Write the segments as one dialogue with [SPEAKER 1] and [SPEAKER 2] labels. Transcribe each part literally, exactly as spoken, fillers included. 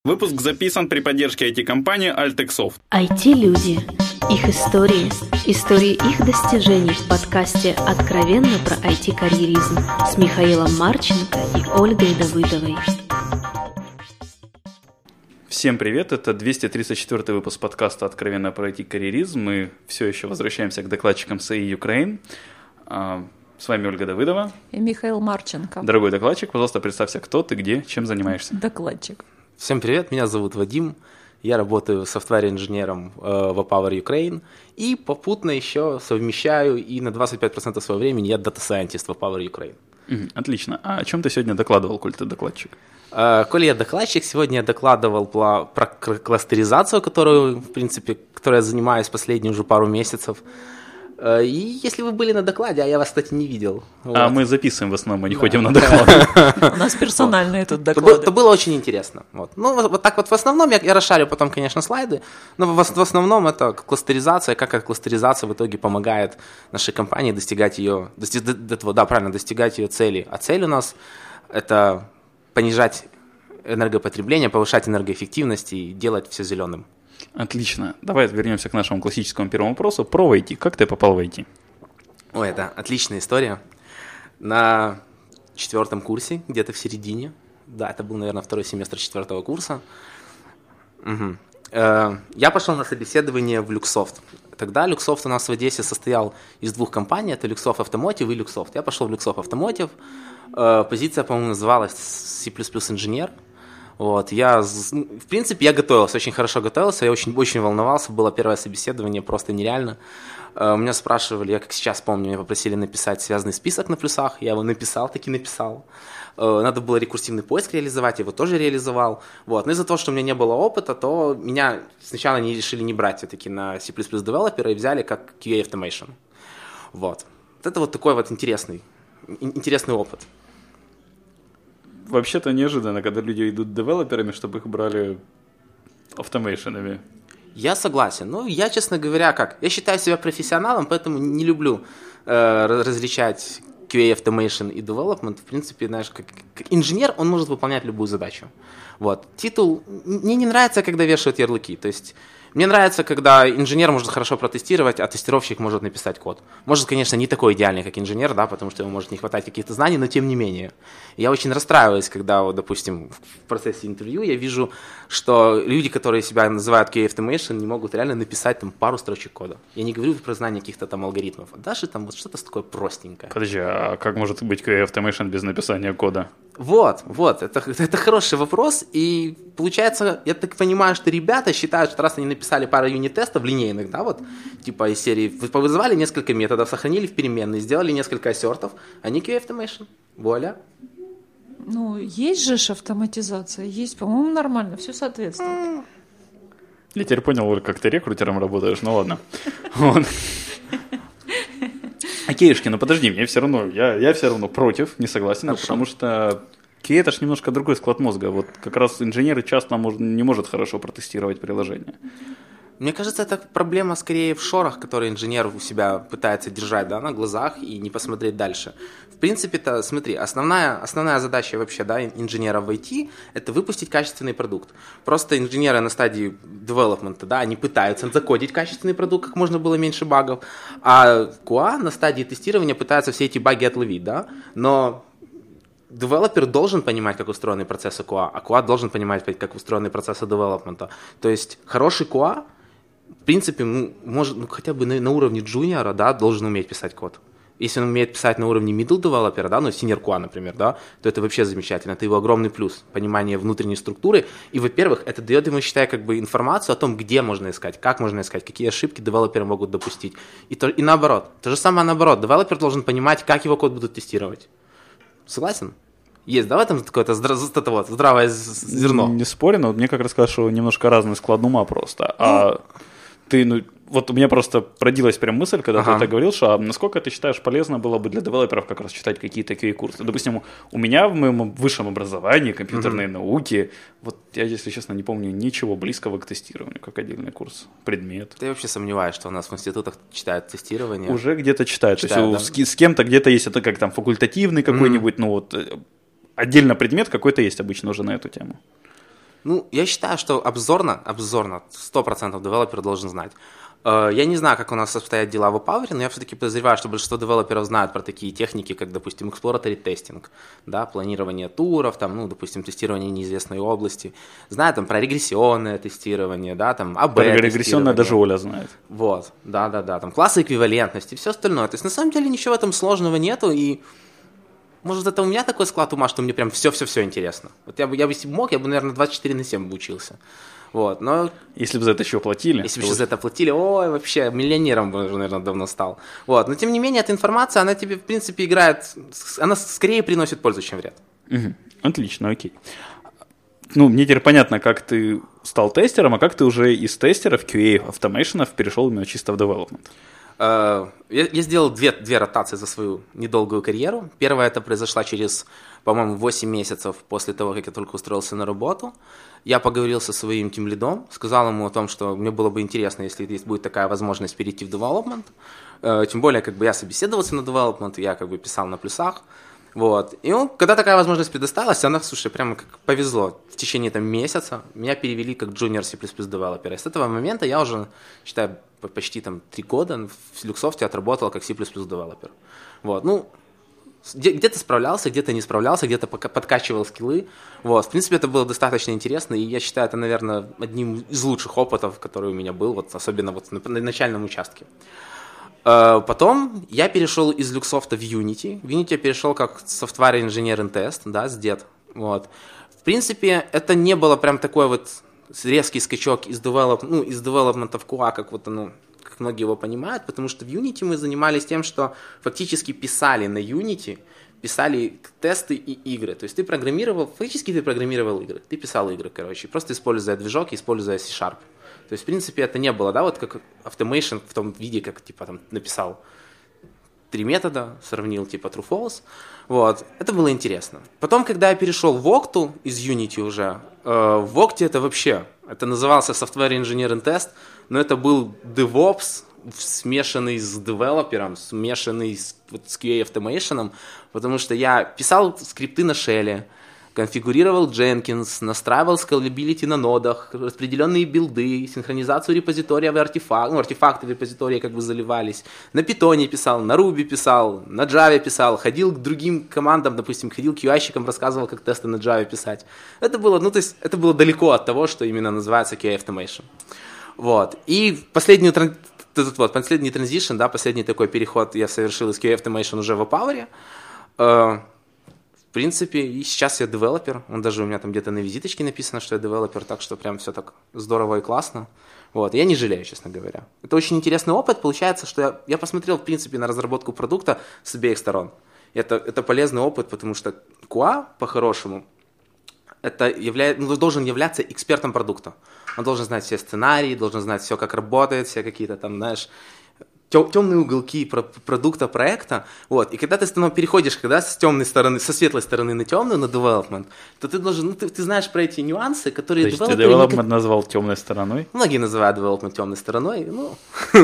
[SPEAKER 1] Выпуск записан при поддержке ай ти-компании Altexsoft.
[SPEAKER 2] ай ти-люди. Их истории. Истории их достижений в подкасте «Откровенно про ай ти-карьеризм» с Михаилом Марченко и Ольгой Давыдовой.
[SPEAKER 1] Всем привет, это двести тридцать четвёртый выпуск подкаста «Откровенно про ай ти-карьеризм». Мы все еще возвращаемся к докладчикам эс эй Ukraine. С вами Ольга Давыдова.
[SPEAKER 3] И Михаил Марченко.
[SPEAKER 1] Дорогой докладчик, пожалуйста, представься, кто ты, где, чем занимаешься.
[SPEAKER 3] Докладчик.
[SPEAKER 4] Всем привет, меня зовут Вадим, я работаю софтвер-инженером э, в Power Ukraine и попутно еще совмещаю и на двадцать пять процентов своего времени я дата-сайентист в Power Ukraine.
[SPEAKER 1] Угу, отлично. А о чем ты сегодня докладывал, коль ты докладчик?
[SPEAKER 4] Э, коль я докладчик, сегодня я докладывал про, про кластеризацию, которую, в принципе, которой я занимаюсь последние уже пару месяцев. И если вы были на докладе, а я вас, кстати, не видел. Вот.
[SPEAKER 1] А мы записываем в основном, мы не да. ходим на доклады.
[SPEAKER 3] У нас персональные тут доклады.
[SPEAKER 4] Это было очень интересно. Вот. Ну, вот так вот в основном, я, я расшарю потом, конечно, слайды, но в, в основном это кластеризация, как эта кластеризация в итоге помогает нашей компании достигать ее, достиг, да, правильно, достигать ее цели. А цель у нас это понижать энергопотребление, повышать энергоэффективность и делать все зеленым.
[SPEAKER 1] Отлично. Давай вернемся к нашему классическому первому вопросу про ай ти. Как ты попал в ай ти?
[SPEAKER 4] Ой, это отличная история. На четвертом курсе, где-то в середине, да, это был, наверное, второй семестр четвертого курса, угу. э, я пошел на собеседование в Luxoft. Тогда Luxoft у нас в Одессе состоял из двух компаний, это Luxoft Automotive и Luxoft. Я пошел в Luxoft Automotive, э, позиция, по-моему, называлась C++ инженер. Вот, я, в принципе, я готовился, очень хорошо готовился, я очень, очень волновался, было первое собеседование, просто нереально. У меня спрашивали, я как сейчас помню, меня попросили написать связанный список на плюсах, я его написал, таки написал. Надо было рекурсивный поиск реализовать, я его тоже реализовал. Вот. Но из-за того, что у меня не было опыта, то меня сначала они решили не брать все-таки на C++ девелопера и взяли как кью эй Automation. Вот. Это вот такой вот интересный, интересный опыт.
[SPEAKER 1] Вообще-то неожиданно, когда люди идут девелоперами, чтобы их брали автомейшенами.
[SPEAKER 4] Я согласен. Ну, я, честно говоря, как? Я считаю себя профессионалом, поэтому не люблю э, различать кью эй Automation и Development. В принципе, знаешь, как, как инженер, он может выполнять любую задачу. Вот. Титул... Мне не нравится, когда вешают ярлыки. То есть... Мне нравится, когда инженер может хорошо протестировать, а тестировщик может написать код. Может, конечно, не такой идеальный, как инженер, да, потому что ему может не хватать каких-то знаний, но тем не менее. Я очень расстраиваюсь, когда, вот, допустим, в процессе интервью я вижу, что люди, которые себя называют кью эй Automation, не могут реально написать там пару строчек кода. Я не говорю про знание каких-то там алгоритмов, а даже там вот что-то такое простенькое.
[SPEAKER 1] Подожди, а как может быть кью эй Automation без написания кода?
[SPEAKER 4] Вот, вот, это, это хороший вопрос, и получается, я так понимаю, что ребята считают, что раз они написали пару юнит-тестов линейных, да, вот, типа из серии, повызывали несколько методов, сохранили в переменные, сделали несколько ассертов, они кью эй Automation, вуаля.
[SPEAKER 3] Ну, есть же ж автоматизация, есть, по-моему, нормально, все соответствует.
[SPEAKER 1] Я теперь понял, как ты рекрутером работаешь, ну ладно. Окейшки, ну подожди, мне все равно, я, я все равно против, не согласен, Хорошо. Потому что кей эй это ж немножко другой склад мозга. Вот как раз инженеры часто мож, не может хорошо протестировать приложение.
[SPEAKER 4] Мне кажется, это проблема скорее в шорах, которые инженер у себя пытается держать, да, на глазах и не посмотреть дальше. В принципе-то, смотри, основная, основная задача вообще, да, инженера в ай ти – это выпустить качественный продукт. Просто инженеры на стадии девелопмента, да, они пытаются закодить качественный продукт, как можно было меньше багов, а кью эй на стадии тестирования пытаются все эти баги отловить, да, но девелопер должен понимать, как устроены процессы кью эй, а кью эй должен понимать, как устроены процессы девелопмента. То есть хороший кью эй, в принципе, ну, может, ну, хотя бы на, на уровне джуниора, да, должен уметь писать код. Если он умеет писать на уровне middle девелопера, да, ну, senior кью эй, например, да, то это вообще замечательно. Это его огромный плюс, понимание внутренней структуры. И, во-первых, это дает ему, считай, как бы информацию о том, где можно искать, как можно искать, какие ошибки девелоперы могут допустить. И, то, и наоборот. То же самое наоборот. Девелопер должен понимать, как его код будут тестировать. Согласен? Есть, да, в этом какое-то здра- вот, здравое зерно?
[SPEAKER 1] Не спорю, но мне как раз сказать, что немножко разный склад ума просто. А ты, ну, вот у меня просто родилась прям мысль, когда ага. ты это говорил, что а насколько ты считаешь полезно было бы для девелоперов как раз читать какие-то кью эй-курсы? Допустим, у меня в моем высшем образовании, компьютерной угу. науки, вот я, если честно, не помню ничего близкого к тестированию, как отдельный курс, предмет.
[SPEAKER 4] Ты вообще сомневаешь, что у нас в институтах читают тестирование?
[SPEAKER 1] Уже где-то читают.
[SPEAKER 4] читают
[SPEAKER 1] То есть да? с, с кем-то где-то есть это как там факультативный какой-нибудь, угу. ну вот, отдельно предмет какой-то есть обычно уже на эту тему.
[SPEAKER 4] Ну, я считаю, что обзорно, обзорно, сто процентов девелопер должен знать. Я не знаю, как у нас обстоят дела в Power, но я все-таки подозреваю, что большинство девелоперов знают про такие техники, как, допустим, exploratory testing, да, планирование туров, там, ну, допустим, тестирование неизвестной области, знают там про регрессионное тестирование, да, там, эй би тестирование.
[SPEAKER 1] Регрессионное даже Оля знает.
[SPEAKER 4] Вот, да-да-да, там, классы эквивалентности, все остальное. То есть, на самом деле, ничего в этом сложного нету, и, может, это у меня такой склад ума, что мне прям все-все-все интересно. Вот я бы, я бы, если бы мог, я бы, наверное, двадцать четыре на семь бы учился. Вот, но...
[SPEAKER 1] Если бы за это еще платили.
[SPEAKER 4] Если бы еще за это платили, ой, вообще, миллионером бы уже, наверное, давно стал. Вот, но тем не менее, эта информация, она тебе, в принципе, играет, она скорее приносит пользу, чем вред.
[SPEAKER 1] Угу. Отлично, окей. Ну, мне теперь понятно, как ты стал тестером, а как ты уже из тестера в кью эй автомейшенов перешел именно чисто в development.
[SPEAKER 4] Я, я сделал две, две ротации за свою недолгую карьеру. Первая это произошла через, по-моему, восемь месяцев после того, как я только устроился на работу. Я поговорил со своим тимлидом, сказал ему о том, что мне было бы интересно, если будет такая возможность перейти в development. Тем более, как бы я собеседовался на development, я как бы писал на плюсах. Вот. И он, когда такая возможность предоставилась, она, слушай, прямо как повезло. В течение там, месяца меня перевели как junior C++ девелопера. И с этого момента я уже, считаю, почти там три года в Люксофте отработал как C++ девелопер. Вот. Ну, где-то справлялся, где-то не справлялся, где-то подкачивал скиллы. Вот. В принципе, это было достаточно интересно, и я считаю, это, наверное, одним из лучших опытов, который у меня был, вот, особенно вот на, на начальном участке. Потом я перешел из Люксофта в Unity. В Unity я перешел как software engineering test, да, с дед. Вот. В принципе, это не было прям такой вот резкий скачок из, develop, ну, из development в кью эй, как, вот, ну, как многие его понимают, потому что в Unity мы занимались тем, что фактически писали на Unity, писали тесты и игры. То есть ты программировал, фактически ты программировал игры, ты писал игры, короче, просто используя движок, используя C-Sharp. То есть, в принципе, это не было, да, вот как automation в том виде, как, типа, там, написал три метода, сравнил, типа, true-false, вот, это было интересно. Потом, когда я перешел в Octo из Unity уже, э, в Octo это вообще, это назывался Software Engineering Test, но это был DevOps, смешанный с девелопером, смешанный с, вот, с кью эй Automation, потому что я писал скрипты на шелле, конфигурировал Jenkins, настраивал scalability на нодах, распределенные билды, синхронизацию репозитория в артефакт, ну, артефакты в репозитории как бы заливались. На Python писал, на Ruby писал, на Java писал, ходил к другим командам, допустим, ходил к ю ай-щикам, рассказывал, как тесты на Java писать. Это было, ну, то есть, это было далеко от того, что именно называется кью эй Automation. Вот. И последнюю, этот вот, последний транзишн, да, последний такой переход я совершил из кью эй Automation уже в Power. В принципе, и сейчас я девелопер, он даже у меня там где-то на визиточке написано, что я девелопер, так что прям все так здорово и классно. Вот, я не жалею, честно говоря. Это очень интересный опыт, получается, что я, я посмотрел, в принципе, на разработку продукта с обеих сторон. Это, это полезный опыт, потому что кью эй, по-хорошему, это являет, ну, должен являться экспертом продукта. Он должен знать все сценарии, должен знать все, как работает, все какие-то там, знаешь, темные уголки продукта, проекта, вот, и когда ты станов, переходишь, когда с темной стороны, со светлой стороны на темную, на development, то ты должен, ну, ты, ты знаешь про эти нюансы, которые...
[SPEAKER 1] То есть ты development никак... назвал темной стороной?
[SPEAKER 4] Многие называют development темной стороной, ну,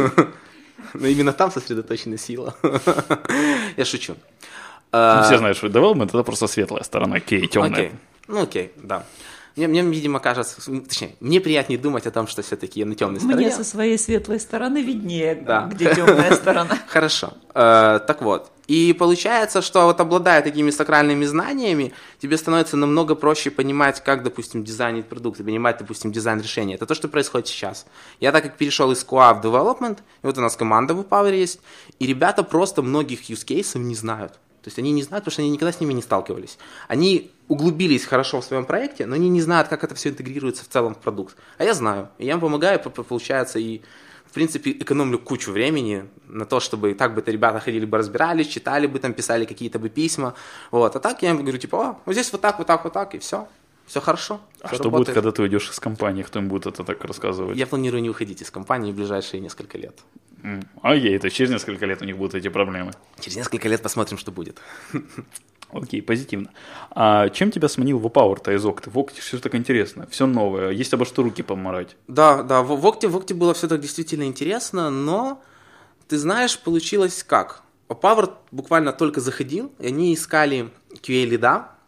[SPEAKER 4] но именно там сосредоточена сила. Я шучу.
[SPEAKER 1] Все знают, что development это просто светлая сторона, окей, темная.
[SPEAKER 4] Ну, окей, да. Мне, мне, видимо, кажется, точнее, мне приятнее думать о том, что все-таки я на темной стороне.
[SPEAKER 3] Мне со своей светлой стороны виднее,
[SPEAKER 4] да.
[SPEAKER 3] Где темная сторона.
[SPEAKER 4] Хорошо. Э, так вот. И получается, что вот обладая такими сакральными знаниями, тебе становится намного проще понимать, как, допустим, дизайнить продукт, понимать, допустим, дизайн решения. Это то, что происходит сейчас. Я так как перешел из кью эй в development, и вот у нас команда в Power есть, и ребята просто многих use cases не знают. То есть они не знают, потому что они никогда с ними не сталкивались. Они углубились хорошо в своем проекте, но они не знают, как это все интегрируется в целом в продукт. А я знаю. И я им помогаю, получается, и, в принципе, экономлю кучу времени на то, чтобы так бы-то ребята ходили бы, разбирались, читали бы, там, писали какие-то бы письма. Вот. А так я им говорю, типа, о, вот здесь вот так, вот так, вот так, и все. Все хорошо.
[SPEAKER 1] А
[SPEAKER 4] все
[SPEAKER 1] что
[SPEAKER 4] работает.
[SPEAKER 1] будет, когда ты уйдешь из компании? Кто им будет это так рассказывать?
[SPEAKER 4] Я планирую не уходить из компании в ближайшие несколько лет.
[SPEAKER 1] Окей, то через несколько лет у них будут эти проблемы.
[SPEAKER 4] Через несколько лет посмотрим, что будет.
[SPEAKER 1] Окей, позитивно. А чем тебя сманил в Power-то из Octo? В Octo все так интересно, все новое, есть обо что руки помарать.
[SPEAKER 4] Да, да, в Octo, в Octo было все так действительно интересно, но, ты знаешь, получилось как? Power буквально только заходил, и они искали кью эй-лида,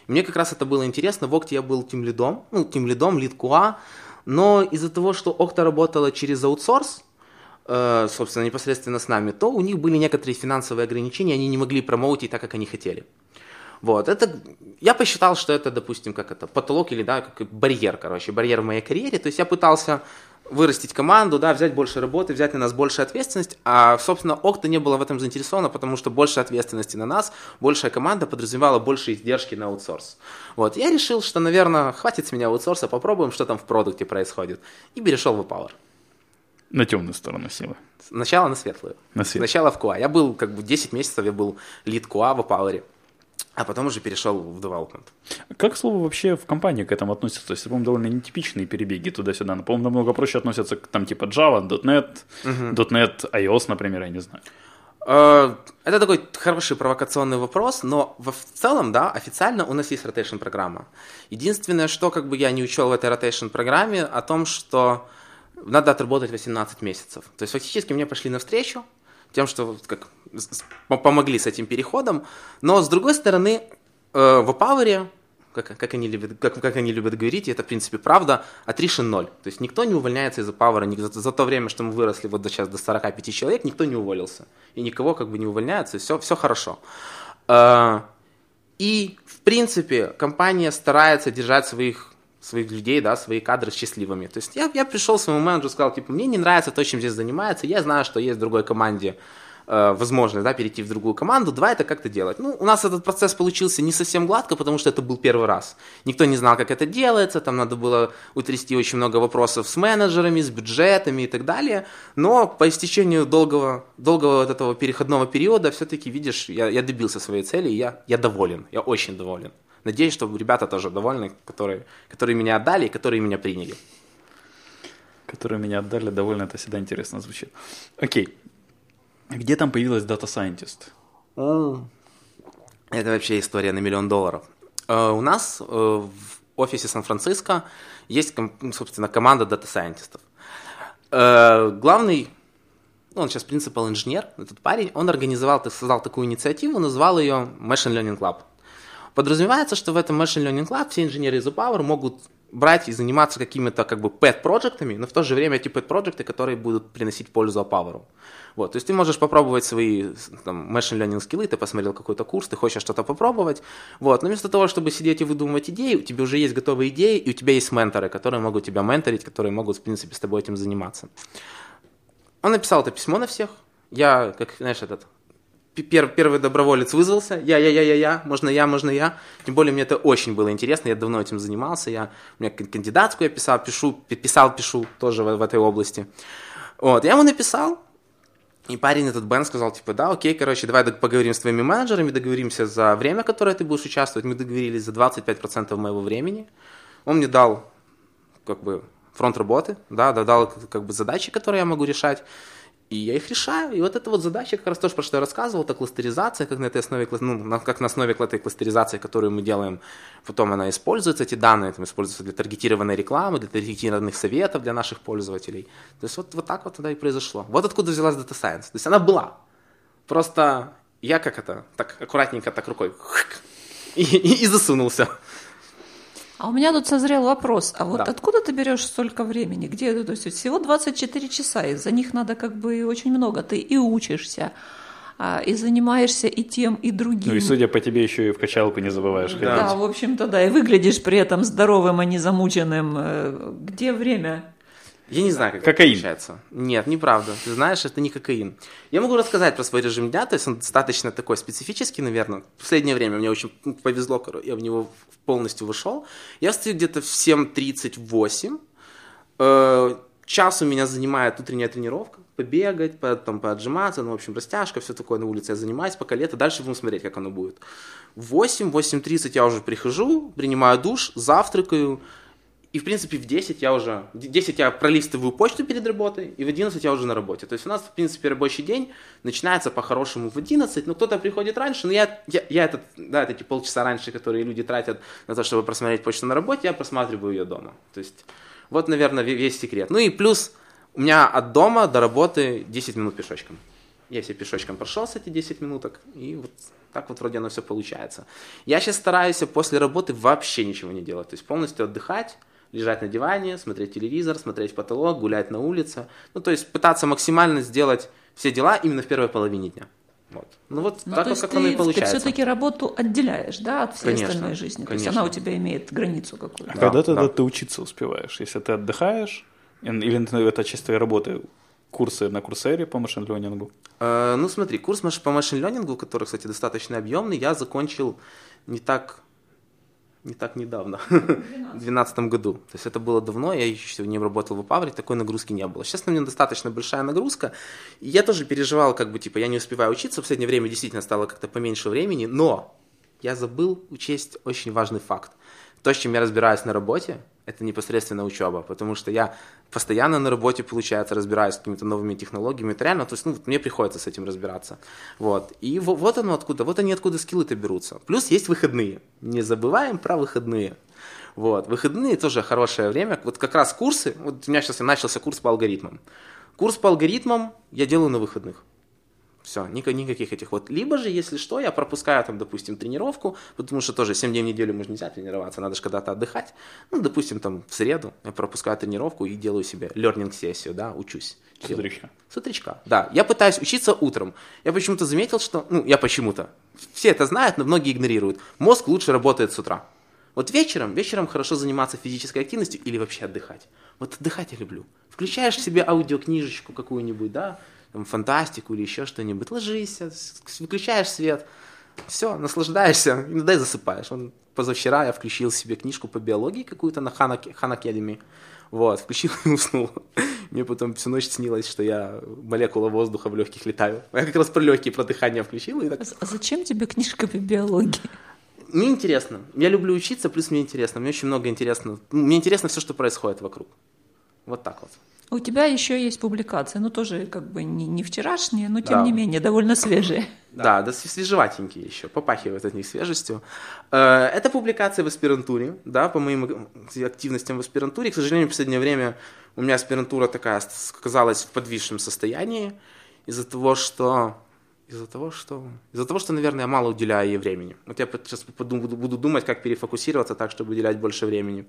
[SPEAKER 4] Мне как раз это было интересно. В Окте я был тимлидом, ну, тимлидом, лид кью эй, но из-за того, что Окта работала через аутсорс, э, собственно, непосредственно с нами, то у них были некоторые финансовые ограничения, они не могли промоутить так, как они хотели. Вот, это, я посчитал, что это, допустим, как это, потолок или, да, как барьер, короче, барьер в моей карьере. То есть я пытался вырастить команду, да, взять больше работы, взять на нас больше ответственность, а, собственно, Окта не была в этом заинтересована, потому что больше ответственности на нас, большая команда подразумевала больше издержки на аутсорс. Вот, я решил, что, наверное, хватит с меня аутсорса, попробуем, что там в продукте происходит, и перешел в Power.
[SPEAKER 1] На темную сторону силы.
[SPEAKER 4] Сначала на светлую.
[SPEAKER 1] На светлую.
[SPEAKER 4] Сначала в кью эй. Я был, как бы, десять месяцев я был лид кью эй в Power. А потом уже перешел в development.
[SPEAKER 1] Как, к слову, вообще в компании к этому относятся? То есть, по-моему, довольно нетипичные перебеги туда-сюда. Но, по-моему, намного проще относятся к там типа Java, .дот нет, uh-huh. .дот нет, iOS, например, я не знаю.
[SPEAKER 4] Uh, это такой хороший провокационный вопрос, но в целом, да, официально у нас есть rotation программа. Единственное, что как бы я не учел в этой rotation программе, о том, что надо отработать восемнадцать месяцев. То есть фактически мне пошли навстречу тем, что как, помогли с этим переходом, но с другой стороны, э, в Power, как, как, они любят, как, как они любят говорить, и это в принципе правда, attrition ноль. То есть никто не увольняется из-за Power, за, за то время, что мы выросли вот до сейчас до сорок пять человек, никто не уволился. И никого как бы не увольняется, и все, все хорошо. Э, и в принципе компания старается держать своих своих людей, да, свои кадры счастливыми. То есть я, я пришел к своему менеджеру, сказал, типа, мне не нравится то, чем здесь занимается, я знаю, что есть в другой команде э, возможность, да, перейти в другую команду, давай это как-то делать. Ну, у нас этот процесс получился не совсем гладко, потому что это был первый раз. Никто не знал, как это делается, там надо было утрясти очень много вопросов с менеджерами, с бюджетами и так далее, но по истечению долгого, долгого вот этого переходного периода все-таки, видишь, я, я добился своей цели, и я, я доволен, я очень доволен. Надеюсь, что ребята тоже довольны, которые, которые меня отдали и которые меня приняли.
[SPEAKER 1] Которые меня отдали, довольно, это всегда интересно звучит. Окей. Где там появилась Data Scientist?
[SPEAKER 4] Mm. Это вообще история на миллион долларов. Uh, у нас uh, в офисе Сан-Франциско есть, собственно, команда Data Scientist'ов. Uh, главный, ну, он сейчас принципал инженер, этот парень, он организовал, создал такую инициативу, назвал ее Machine Learning Lab. Подразумевается, что в этом Machine Learning Lab все инженеры из Power могут брать и заниматься какими-то как бы pet-проектами, но в то же время эти pet-проекты, которые будут приносить пользу Power. Вот, то есть ты можешь попробовать свои там, Machine Learning скиллы, ты посмотрел какой-то курс, ты хочешь что-то попробовать, вот, но вместо того, чтобы сидеть и выдумывать идеи, у тебя уже есть готовые идеи, и у тебя есть менторы, которые могут тебя менторить, которые могут, в принципе, с тобой этим заниматься. Он написал это письмо на всех, я, как, знаешь, этот... Первый доброволец вызвался, я-я-я-я-я, можно я, можно я. Тем более мне это очень было интересно, я давно этим занимался, я, у меня кандидатскую я писал, пишу, писал, пишу тоже в, в этой области. Вот, я ему написал, и парень этот Бен сказал, типа, да, окей, короче, давай поговорим с твоими менеджерами, договоримся за время, которое ты будешь участвовать. Мы договорились за двадцать пять процентов моего времени. Он мне дал, как бы, фронт работы, да, дал, как бы, задачи, которые я могу решать. И я их решаю. И вот эта вот задача, как раз то, про что я рассказывал, это кластеризация, как на этой основе, ну, как на основе этой кластеризации, которую мы делаем, потом она используется, эти данные там, используются для таргетированной рекламы, для таргетированных советов для наших пользователей. То есть вот, вот так вот тогда и произошло. Вот откуда взялась Data Science. То есть она была. Просто я как это, так аккуратненько так рукой и, и, и засунулся.
[SPEAKER 3] А у меня тут созрел вопрос, а вот
[SPEAKER 4] да.
[SPEAKER 3] Откуда ты берешь столько времени? Где, то есть всего двадцать четыре часа, и за них надо как бы очень много. Ты и учишься, и занимаешься и тем, и другим.
[SPEAKER 1] Ну и судя по тебе, еще и в качалку не забываешь ходить.
[SPEAKER 3] Да, в общем-то, да, и выглядишь при этом здоровым, а не замученным. Где время?
[SPEAKER 4] Я не знаю, как
[SPEAKER 1] кокаин.
[SPEAKER 4] Это получается. Нет, неправда. Ты знаешь, это не кокаин. Я могу рассказать про свой режим дня, то есть он достаточно такой специфический, наверное. В последнее время мне очень повезло, я в него полностью вышел. Я встаю где-то в семь тридцать восемь. Час у меня занимает утренняя тренировка, побегать, там, поотжиматься, ну, в общем, растяжка, все такое на улице я занимаюсь, пока лето, дальше будем смотреть, как оно будет. В восемь, восемь тридцать я уже прихожу, принимаю душ, завтракаю. И, в принципе, в десять я уже, в десять я пролистываю почту перед работой, и в одиннадцать я уже на работе. То есть у нас, в принципе, рабочий день начинается по-хорошему в одиннадцать, но кто-то приходит раньше, но я, я, я этот, да, эти полчаса раньше, которые люди тратят на то, чтобы просмотреть почту на работе, я просматриваю ее дома. То есть вот, наверное, весь секрет. Ну и плюс у меня от дома до работы десять минут пешочком. Я себе пешочком прошелся эти десять минуток, и вот так вот вроде оно все получается. Я сейчас стараюсь после работы вообще ничего не делать, то есть полностью отдыхать, лежать на диване, смотреть телевизор, смотреть в потолок, гулять на улице. Ну, то есть пытаться максимально сделать все дела именно в первой половине дня. Вот. Ну вот
[SPEAKER 3] ну,
[SPEAKER 4] так вот, как оно и получается.
[SPEAKER 3] Ты все-таки работу отделяешь, да, от всей
[SPEAKER 4] конечно,
[SPEAKER 3] остальной жизни.
[SPEAKER 4] Конечно.
[SPEAKER 3] То есть она у тебя имеет границу какую-то.
[SPEAKER 1] А
[SPEAKER 4] да,
[SPEAKER 1] когда тогда
[SPEAKER 4] да.
[SPEAKER 1] ты учиться успеваешь? Если ты отдыхаешь, или это часть твоей работы, курсы на Курсере по машин-лернингу?
[SPEAKER 4] Э, ну смотри, курс по машин-лернингу, который, кстати, достаточно объемный, я закончил не так... Не так недавно, в две тысячи двенадцатом году. То есть это было давно, я еще не работал в Упавре, такой нагрузки не было. Сейчас на меня достаточно большая нагрузка. И я тоже переживал, как бы, типа, я не успеваю учиться, в последнее время действительно стало как-то поменьше времени, но я забыл учесть очень важный факт. То, с чем я разбираюсь на работе, это непосредственно учеба, потому что я постоянно на работе, получается, разбираюсь с какими-то новыми технологиями, это реально, то есть, ну, мне приходится с этим разбираться, вот, и вот, вот оно откуда, вот они откуда скиллы-то берутся, плюс есть выходные, не забываем про выходные, вот, выходные тоже хорошее время, вот как раз курсы, вот у меня сейчас начался курс по алгоритмам, курс по алгоритмам я делаю на выходных. Все, никаких этих вот. Либо же, если что, я пропускаю там, допустим, тренировку, потому что тоже семь дней в неделю можно нельзя тренироваться, надо же когда-то отдыхать. Ну, допустим, там в среду я пропускаю тренировку и делаю себе learning-сессию, да, учусь.
[SPEAKER 1] С утречка.
[SPEAKER 4] С утречка, да. Я пытаюсь учиться утром. Я почему-то заметил, что, ну, я почему-то, все это знают, но многие игнорируют. Мозг лучше работает с утра. Вот вечером, вечером хорошо заниматься физической активностью или вообще отдыхать. Вот отдыхать я люблю. Включаешь себе аудиокнижечку какую-нибудь, да, там, фантастику или еще что-нибудь, ложись, выключаешь свет, все, наслаждаешься, иногда и засыпаешь. Он, позавчера я включил себе книжку по биологии какую-то на Хан Академи, вот, включил и уснул. Мне потом всю ночь снилось, что я молекула воздуха в легких летаю. Я как раз про легкие, про дыхание включил. И так...
[SPEAKER 3] А зачем тебе книжка по биологии?
[SPEAKER 4] Мне интересно. Я люблю учиться, плюс мне интересно. Мне очень много интересно. Мне интересно все, что происходит вокруг. Вот так вот.
[SPEAKER 3] У тебя еще есть публикации, ну тоже как бы не, не вчерашние, но тем
[SPEAKER 4] да.
[SPEAKER 3] не менее довольно свежие.
[SPEAKER 4] Да, да, свежеватенькие еще, попахивают от них свежестью. Это публикация в аспирантуре, да, по моим активностям в аспирантуре. К сожалению, в последнее время у меня аспирантура такая оказалась в подвисшем состоянии из-за того, что... Из-за того, что... Из-за того, что, наверное, я мало уделяю ей времени. Вот я сейчас буду, буду думать, как перефокусироваться так, чтобы уделять больше времени.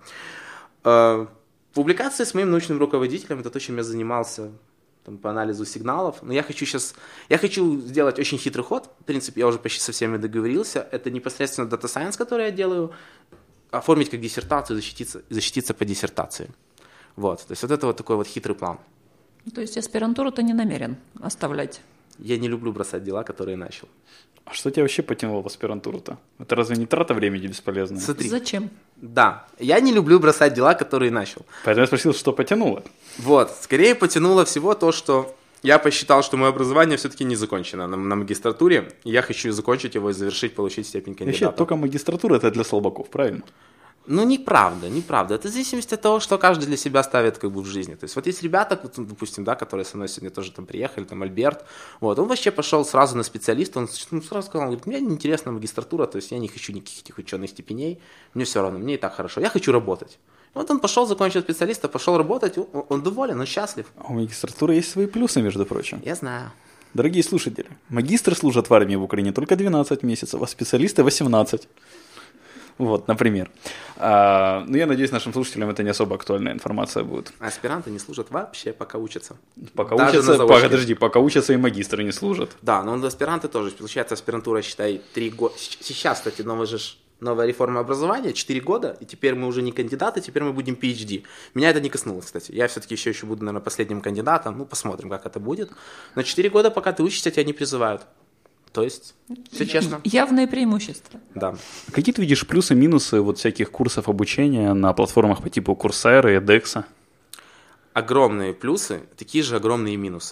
[SPEAKER 4] Публикации с моим научным руководителем, это то, чем я занимался там, по анализу сигналов. Но я хочу сейчас, я хочу сделать очень хитрый ход. В принципе, я уже почти со всеми договорился. Это непосредственно Data Science, который я делаю, оформить как диссертацию, защититься, защититься по диссертации. Вот, то есть вот это вот такой вот хитрый план.
[SPEAKER 3] То есть аспирантуру ты не намерен оставлять?
[SPEAKER 4] Я не люблю бросать дела, которые начал.
[SPEAKER 1] А что тебя вообще потянуло в аспирантуру-то? Это разве не трата времени бесполезная?
[SPEAKER 4] Смотри.
[SPEAKER 3] Зачем?
[SPEAKER 4] Да, я не люблю бросать дела, которые начал.
[SPEAKER 1] Поэтому я спросил, что потянуло?
[SPEAKER 4] Вот, скорее потянуло всего то, что я посчитал, что мое образование все-таки не закончено на, на магистратуре, и я хочу закончить его и завершить, получить степень кандидата.
[SPEAKER 1] Вообще, только магистратура это для слабаков, правильно?
[SPEAKER 4] Ну, неправда, неправда. Это в зависимости от того, что каждый для себя ставит как бы в жизни. То есть вот есть ребята, допустим, да, которые со мной сегодня тоже там приехали, там Альберт, вот, он вообще пошел сразу на специалиста, он ну, сразу сказал, он говорит, мне не интересна магистратура, то есть я не хочу никаких этих ученых степеней, мне все равно, мне и так хорошо, я хочу работать. Вот он пошел, закончил специалиста, пошел работать, он доволен, он счастлив.
[SPEAKER 1] А у магистратуры есть свои плюсы, между прочим.
[SPEAKER 4] Я знаю.
[SPEAKER 1] Дорогие слушатели, магистры служат в армии в Украине только двенадцать месяцев, а специалисты восемнадцать. Вот, например. А, ну, я надеюсь, нашим слушателям это не особо актуальная информация будет.
[SPEAKER 4] Аспиранты не служат вообще, пока учатся.
[SPEAKER 1] Пока
[SPEAKER 4] Даже
[SPEAKER 1] учатся, подожди, пока учатся и магистры не служат.
[SPEAKER 4] Да, но аспиранты тоже. Получается, аспирантура, считай, три года. Сейчас, кстати, новая же новая реформа образования, четыре года, и теперь мы уже не кандидаты, теперь мы будем пи эйч ди. Меня это не коснулось, кстати. Я все-таки еще, еще буду, наверное, последним кандидатом. Ну, посмотрим, как это будет. Но четыре года, пока ты учишься, тебя не призывают. То есть, все честно.
[SPEAKER 3] Явное преимущество.
[SPEAKER 4] Да.
[SPEAKER 1] Какие ты видишь плюсы, минусы вот всяких курсов обучения на платформах по типу Coursera и edX?
[SPEAKER 4] Огромные плюсы, такие же огромные минусы.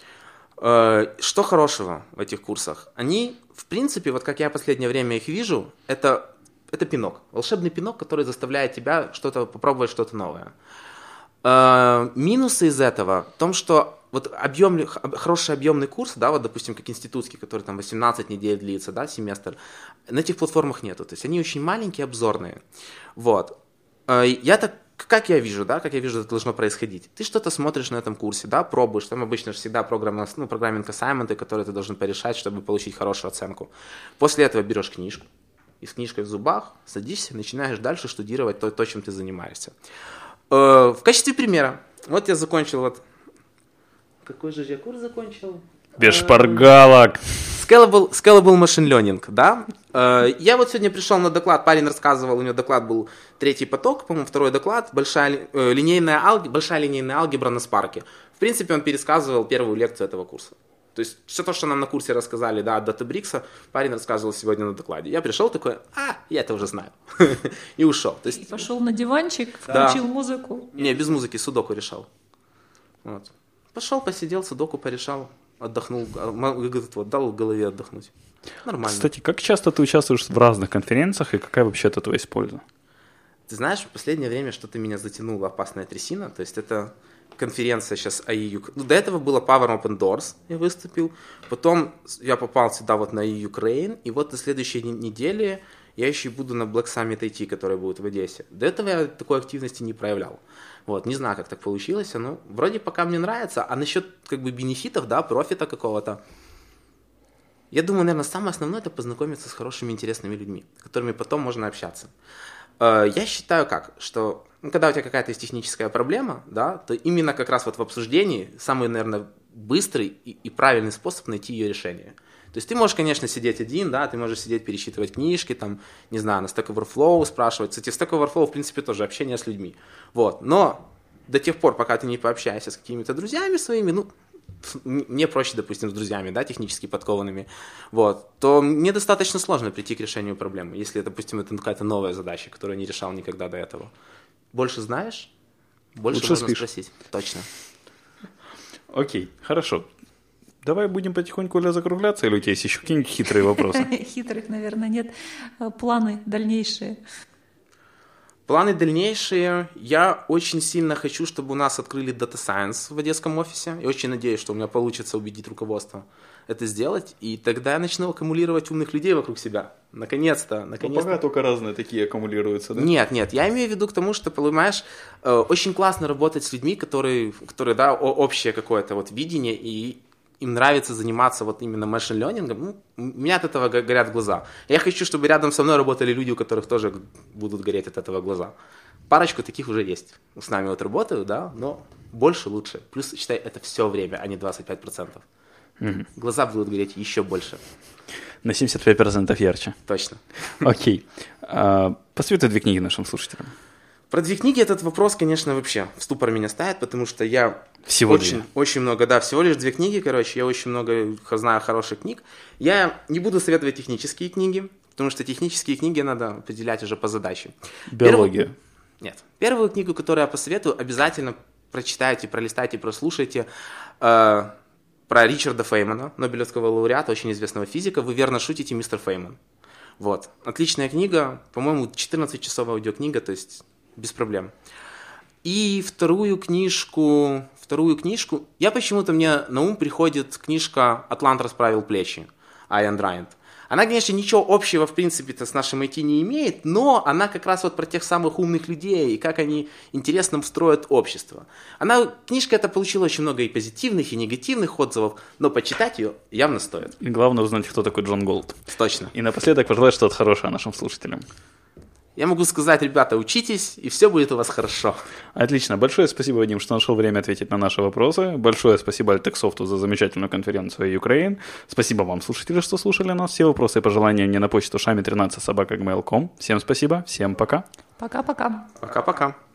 [SPEAKER 4] Что хорошего в этих курсах? Они, в принципе, вот как я в последнее время их вижу, это, это пинок. Волшебный пинок, который заставляет тебя что-то попробовать, что-то новое. Минусы из этого в том, что вот объем, хороший объемный курс, да, вот, допустим, как институтский, который там восемнадцать недель длится, да, семестр, на этих платформах нету. То есть они очень маленькие, обзорные. Вот. Я так как я вижу, да, как я вижу, это должно происходить. Ты что-то смотришь на этом курсе, да, пробуешь, там обычно же всегда программа, ну, программинг ассайменты, которые ты должен порешать, чтобы получить хорошую оценку. После этого берешь книжку, и с книжкой в зубах садишься, начинаешь дальше штудировать то, то чем ты занимаешься. Э, в качестве примера, вот я закончил вот, какой же я курс закончил?
[SPEAKER 1] Без шпаргалок.
[SPEAKER 4] Scalable, Scalable Machine Learning, да. Э, я вот сегодня пришел на доклад, парень рассказывал, у него доклад был третий поток, по-моему, второй доклад, большая, э, линейная, алг... большая линейная алгебра на Spark. В принципе, он пересказывал первую лекцию этого курса. То есть все то, что нам на курсе рассказали, да, от Databricks, парень рассказывал сегодня на докладе. Я пришел такой, а, я это уже знаю. И ушел. То есть...
[SPEAKER 3] И пошел на диванчик, включил
[SPEAKER 4] да.
[SPEAKER 3] музыку.
[SPEAKER 4] Не, без музыки, судоку решал. Вот. Пошел, посидел, судоку порешал. Отдохнул, вот, дал голове отдохнуть. Нормально.
[SPEAKER 1] Кстати, как часто ты участвуешь в разных конференциях и какая вообще от этого есть польза?
[SPEAKER 4] Ты знаешь, в последнее время что-то меня затянуло опасная трясина. То есть это конференция сейчас эй и ю. Ну, до этого было Power Open Doors, я выступил. Потом я попал сюда вот на эй и ю Ukraine. И вот на следующей неделе я еще и буду на Black Summit ай ти, который будет в Одессе. До этого я такой активности не проявлял. Вот, не знаю, как так получилось, но вроде пока мне нравится. А насчет как бы бенефитов, да, профита какого-то, я думаю, наверное, самое основное — это познакомиться с хорошими, интересными людьми, с которыми потом можно общаться. Я считаю как, что ну, когда у тебя какая-то есть техническая проблема, да, то именно как раз вот в обсуждении самый, наверное, быстрый и, и правильный способ найти ее решение. То есть ты можешь, конечно, сидеть один, да, ты можешь сидеть пересчитывать книжки, там, не знаю, на Stack Overflow спрашивать. Кстати, в Stack Overflow, в принципе, тоже общение с людьми. Вот, но до тех пор, пока ты не пообщаешься с какими-то друзьями своими, ну, мне проще, допустим, с друзьями, да, технически подкованными, вот, то мне достаточно сложно прийти к решению проблемы, если, допустим, это какая-то новая задача, которую я не решал никогда до этого. Больше знаешь, больше
[SPEAKER 1] лучше
[SPEAKER 4] можно
[SPEAKER 1] спишь.
[SPEAKER 4] Спросить. Точно.
[SPEAKER 1] Окей, хорошо. Давай будем потихоньку, Оля, закругляться, или у тебя есть еще какие-нибудь хитрые вопросы?
[SPEAKER 3] Хитрых, наверное, нет. Планы дальнейшие.
[SPEAKER 4] Планы дальнейшие. Я очень сильно хочу, чтобы у нас открыли Data Science в одесском офисе. Я очень надеюсь, что у меня получится убедить руководство это сделать. И тогда я начну аккумулировать умных людей вокруг себя. Наконец-то. наконец-то.
[SPEAKER 1] Ну, пока только разные такие аккумулируются, да?
[SPEAKER 4] Нет, нет. Я имею в виду к тому, что, понимаешь, очень классно работать с людьми, которые, которые да, общее какое-то вот видение, и им нравится заниматься вот именно машин-лернингом, ну, у меня от этого горят глаза. Я хочу, чтобы рядом со мной работали люди, у которых тоже будут гореть от этого глаза. Парочку таких уже есть. С нами вот работают, да, но больше лучше. Плюс, считай, это все время, а не двадцать пять процентов. Mm-hmm. Глаза будут гореть еще больше.
[SPEAKER 1] На семьдесят пять процентов ярче.
[SPEAKER 4] Точно.
[SPEAKER 1] Окей. Посоветуй две книги нашим слушателям.
[SPEAKER 4] Про две книги этот вопрос, конечно, вообще в ступор меня ставит, потому что я
[SPEAKER 1] всего
[SPEAKER 4] очень,
[SPEAKER 1] две.
[SPEAKER 4] очень много, да, всего лишь две книги, короче, я очень много знаю хороших книг. Я не буду советовать технические книги, потому что технические книги надо определять уже по задаче.
[SPEAKER 1] Биология.
[SPEAKER 4] Первую... Нет. Первую книгу, которую я посоветую, обязательно прочитайте, пролистайте, прослушайте. Э, про Ричарда Феймана, Нобелевского лауреата, очень известного физика. Вы верно шутите, мистер Фейман. Вот. Отличная книга, по-моему, четырнадцать часов аудиокнига, то есть без проблем. И вторую книжку, вторую книжку, я почему-то, мне на ум приходит книжка «Атлант расправил плечи» Айн Рэнд. Она, конечно, ничего общего, в принципе-то, с нашим ай ти не имеет, но она как раз вот про тех самых умных людей и как они интересно строят общество. Она, книжка эта получила очень много и позитивных, и негативных отзывов, но почитать ее явно стоит.
[SPEAKER 1] И главное узнать, кто такой Джон Голд.
[SPEAKER 4] Точно.
[SPEAKER 1] И напоследок пожелать что-то хорошее нашим слушателям.
[SPEAKER 4] Я могу сказать, ребята, учитесь, и все будет у вас хорошо.
[SPEAKER 1] Отлично. Большое спасибо, Вадим, что нашел время ответить на наши вопросы. Большое спасибо Альтексофту за замечательную конференцию Ukraine. Спасибо вам, слушатели, что слушали нас. Все вопросы и пожелания мне на почту шами тринадцать собака джи мейл точка ком. Всем спасибо, всем пока.
[SPEAKER 3] Пока-пока.
[SPEAKER 4] Пока-пока.